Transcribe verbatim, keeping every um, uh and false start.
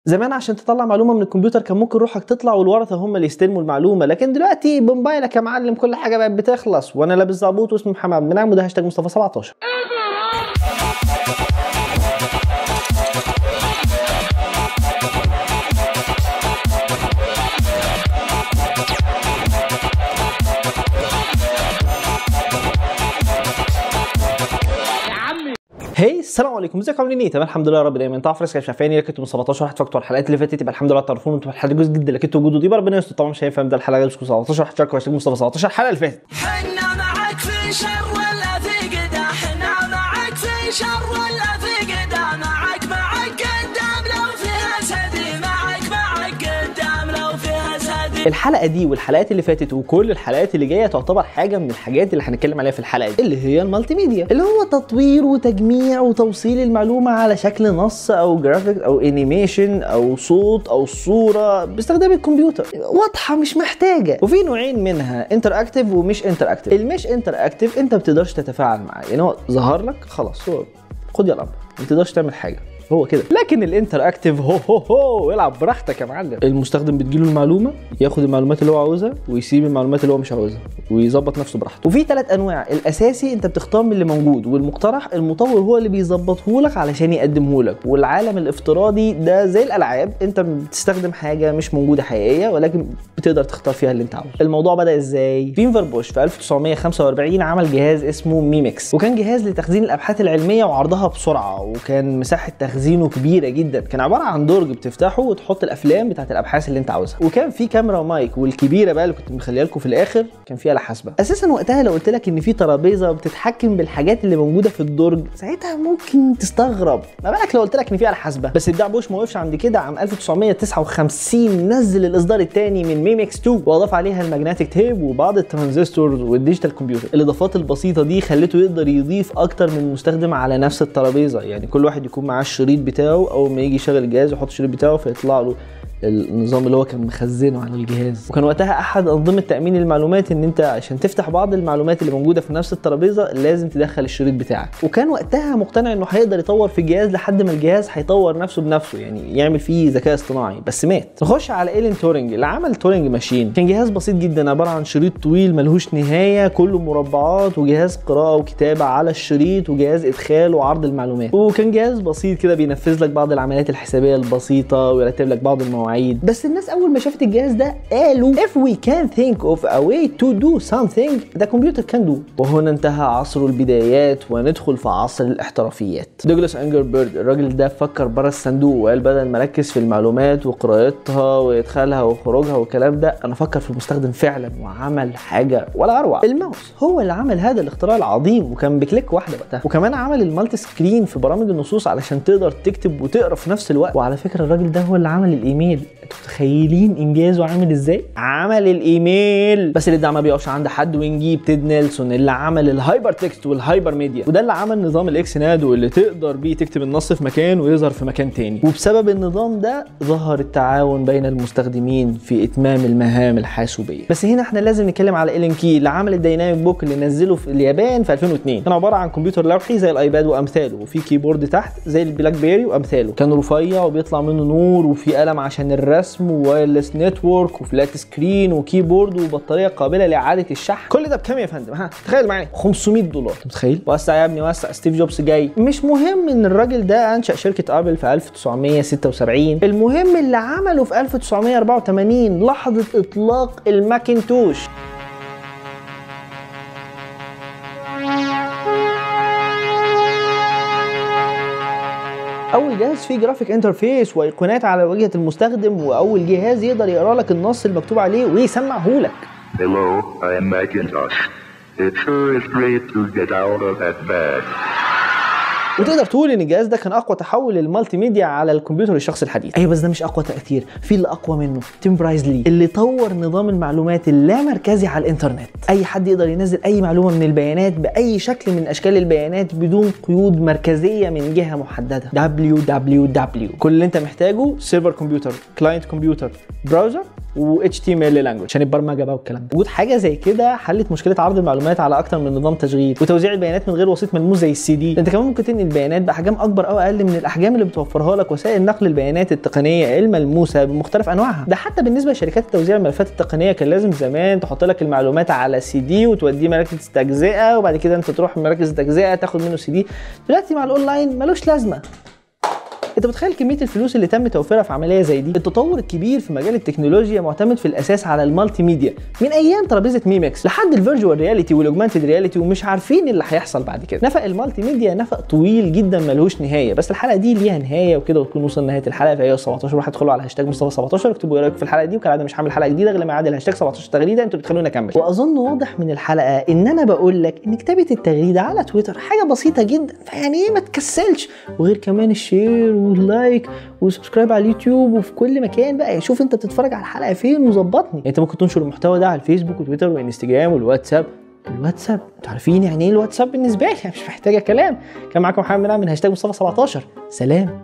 زمان عشان تطلع معلومه من الكمبيوتر كان ممكن روحك تطلع والورثه هم اللي يستلموا المعلومه، لكن دلوقتي بموبايلك يا معلم كل حاجه بقت بتخلص. وانا لابس زعبوط واسمي محمد منعم وده هاشتاج مصطفى سبعتاشر. هي السلام عليكم، ازيكم عاملين ايه؟ تمام الحمد لله يا رب دايما. انتوا عارفين مش عارفين كنتوا من سبعتاشر واحد فاكتور الحلقات اللي فاتت، يبقى الحمد لله تعرفون انتوا الحلقه جزء جدا اللي كنتوا وجودوا دي ربنا يستر. طبعا مش هيفهم ده الحلقه جزء سبعتاشر واحد شاركوا هاشتاج مصطفى سبعتاشر الحلقه اللي فاتت. حنا معاك في شر ولا في قدا، حنا معاك في شر ولا في قدا، معاك معاك قدام لو فيها سدي، معاك معاك قدام لو فيها سدي. الحلقه دي والحلقات اللي فاتت وكل الحلقات اللي جايه تعتبر حاجه من الحاجات اللي هنتكلم عليها في الحلقه دي، اللي هي المالتي ميديا، اللي هو تطوير وتجميع وتوصيل المعلومه على شكل نص او جرافيك او انيميشن او صوت او صوره باستخدام الكمبيوتر. واضحه مش محتاجه. وفي نوعين منها، انتر اكتيف ومش انتر اكتيف. المش انتر اكتيف انت ما بتقدرش تتفاعل معاه، يعني هو ظهر لك خلاص هو خد يا الامر، ما تقدرش تعمل حاجه هو كده. لكن الانتر اكتيف هو هو هو العب براحتك يا معلم. المستخدم بتجيله المعلومه، ياخد المعلومات اللي هو عاوزها ويسيب المعلومات اللي هو مش عاوزها ويظبط نفسه براحته. وفي ثلاث انواع، الاساسي انت بتختار من اللي موجود، والمقترح المطور هو اللي بيظبطه لك علشان يقدمه لك، والعالم الافتراضي ده زي الالعاب، انت بتستخدم حاجه مش موجوده حقيقيه ولكن بتقدر تختار فيها اللي انت عاوزه. الموضوع بدا ازاي؟ فينفر بوش في ألف وتسعمية وخمسة وأربعين عمل جهاز اسمه ميمكس، وكان جهاز لتخزين الابحاث العلميه وعرضها بسرعه، وكان مساحه تخزينه كبيره جدا. كان عباره عن درج بتفتحه وتحط الافلام بتاعت الابحاث اللي انت عاوزها، وكان في كاميرا ومايك، والكبيره بقى اللي كنت مخليها لكم في الاخر كان فيها آلة حاسبه. اساسا وقتها لو قلت لك ان في ترابيزه بتتحكم بالحاجات اللي موجوده في الدرج ساعتها ممكن تستغرب، ما بالك لو قلت لك ان في آلة حاسبه. بس ابداع بوش ما وقفش عند كده. عام ألف وتسعمية وتسعة وخمسين نزل الاصدار الثاني من ميمكس اتنين واضاف عليها الماجنتيك تيب وبعض الترانزستورز والديجيتال كمبيوتر. الاضافات البسيطه دي خلته يقدر يضيف اكتر من مستخدم على نفس الترابيزه، يعني كل واحد يكون معاه الشريط بتاعه، اول ما يجي يشغل الجهاز يحط الشريط بتاعه فيطلع له النظام اللي هو كان مخزنه على الجهاز. وكان وقتها احد انظمه تامين المعلومات ان انت عشان تفتح بعض المعلومات اللي موجوده في نفس الترابيزه لازم تدخل الشريط بتاعك. وكان وقتها مقتنع انه هيقدر يطور في الجهاز لحد ما الجهاز هيطور نفسه بنفسه، يعني يعمل فيه ذكاء اصطناعي، بس مات. نخش على ايلين تورينج اللي عمل تورينج ماشين. كان جهاز بسيط جدا عباره عن شريط طويل ملهوش نهايه كله مربعات، وجهاز قراءه وكتابه على الشريط، وجهاز ادخال وعرض المعلومات. وكان جهاز بسيط كده بينفذ لك بعض العمليات الحسابيه البسيطه ويرتب لك بعض المواعيد. بس الناس اول ما شافت الجهاز ده قالوا if we can think of a way to do something the computer can do. وهنا انتهى عصر البدايات وندخل في عصر الاحترافيات. دوغلاس انجربرد الراجل ده فكر بره الصندوق وقال بدل ما اركز في المعلومات وقراءتها وادخالها وخروجها والكلام ده، انا افكر في المستخدم فعلا، وعمل حاجه ولا اروع. الماوس هو اللي عمل هذا الاختراع العظيم، وكان بكليك واحده وقتها. وكمان عمل المالتي سكرين في برامج النصوص علشان تقدر تكتب وتقرا في نفس الوقت. وعلى فكره الراجل ده هو اللي عمل الايميل. انتوا متخيلين انجازه عامل ازاي؟ عمل الايميل. بس اللي ده ما بيقفش عند حد، ونجيب تيد نيلسون اللي عمل الهايبر تكست والهايبر ميديا، وده اللي عمل نظام الاكس نادو اللي تقدر بيه تكتب النص في مكان ويظهر في مكان تاني. وبسبب النظام ده ظهر التعاون بين المستخدمين في اتمام المهام الحاسوبيه. بس هنا احنا لازم نتكلم على ايلين كي اللي عمل الدايناميك بوك اللي نزله في اليابان في ألفين واتنين. كان عباره عن كمبيوتر لوحي زي الايباد وامثاله، وفي كيبورد تحت زي البلاك بيري وامثاله، كان رفيع وبيطلع منه نور، وفي قلم عشان الرسم، ووايرلس نتورك، وفلات سكرين، وكيبورد، وبطاريه قابله لاعاده الشحن. كل ده بكام يا فندم؟ ها تخيل معايا خمسمية دولار. انت متخيل؟ وسع يا ابني وسع، ستيف جوبز جاي. مش مهم ان الراجل ده انشا شركه ابل في ألف وتسعمية وستة وسبعين، المهم اللي عمله في ألف وتسعمية وأربعة وتمانين لحظه اطلاق الماكنتوش. اول جهاز فيه جرافيك انترفيس وايقونات على واجهه المستخدم، واول جهاز يقدر يقرا لك النص المكتوب عليه ويسمعه لك. Hello, I am Macintosh. It sure is great to get out of that bag. وتقدر تقول ان الجهاز ده كان اقوى تحول للمالتي ميديا على الكمبيوتر الشخصي الحديث. ايوه بس ده مش اقوى تاثير، في اللي اقوى منه، تيم برايز-لي اللي طور نظام المعلومات اللامركزي على الانترنت. اي حد يقدر ينزل اي معلومه من البيانات باي شكل من اشكال البيانات بدون قيود مركزيه من جهه محدده. دبليو دبليو دبليو. كل اللي انت محتاجه سيرفر كمبيوتر، كلاينت كمبيوتر، براوزر، و إتش تي إم إل لانجويج عشان البرمجه بقى والكلام ده. وجود حاجه زي كده حلت مشكله عرض المعلومات على اكتر من نظام تشغيل وتوزيع البيانات من غير وسيط ملموس زي السي دي. انت كمان ممكن تنقل بيانات باحجام اكبر او اقل من الاحجام اللي بتوفرها لك وسائل نقل البيانات التقنيه الملموسه بمختلف انواعها. ده حتى بالنسبه لشركات توزيع الملفات التقنيه كان لازم زمان تحط لك المعلومات على سي دي وتوديه مراكز تجزئه، وبعد كده انت تروح مراكز تجزئه تاخد منه سي دي. دلوقتي مع الاونلاين ملوش لازمه. انت متخيل كميه الفلوس اللي تم توفيرها في عمليه زي دي؟ التطور الكبير في مجال التكنولوجيا معتمد في الاساس على المالتي ميديا، من ايام ترابيزه ميمكس لحد الفيرجوال رياليتي والاوجمانتد رياليتي، ومش عارفين اللي هيحصل بعد كده. نفق المالتي ميديا نفق طويل جدا ملهوش نهايه، بس الحلقه دي ليها نهايه وكده، وتكون وصلنا نهايه الحلقه في اي سبعتاشر. روح ادخلوا على هاشتاج مصطفى سبعتاشر اكتبوا ايه رايكم في الحلقه دي، وكالعاده مش هعمل حلقه جديده غير لما اعادل هاشتاج سبعتاشر تغريده، انتوا بتخلوني اكمل. واظن واضح من الحلقه ان انا بقول لك ان كتابه التغريده على تويتر حاجه بسيطه جدا، فيعني ايه ما تكسلش. وغير كمان الشير واللايك وسبسكرايب على اليوتيوب وفي كل مكان بقى. شوف انت بتتفرج على الحلقه فين وظبطني. انت ممكن تنشر المحتوى ده على الفيسبوك وتويتر وانستجرام والواتساب. الواتساب انتوا عارفين يعني ايه الواتساب بالنسبه لي، مش محتاجه كلام. كان معاكم محمد منعم من هاشتاج مصطفى سبعتاشر. سلام.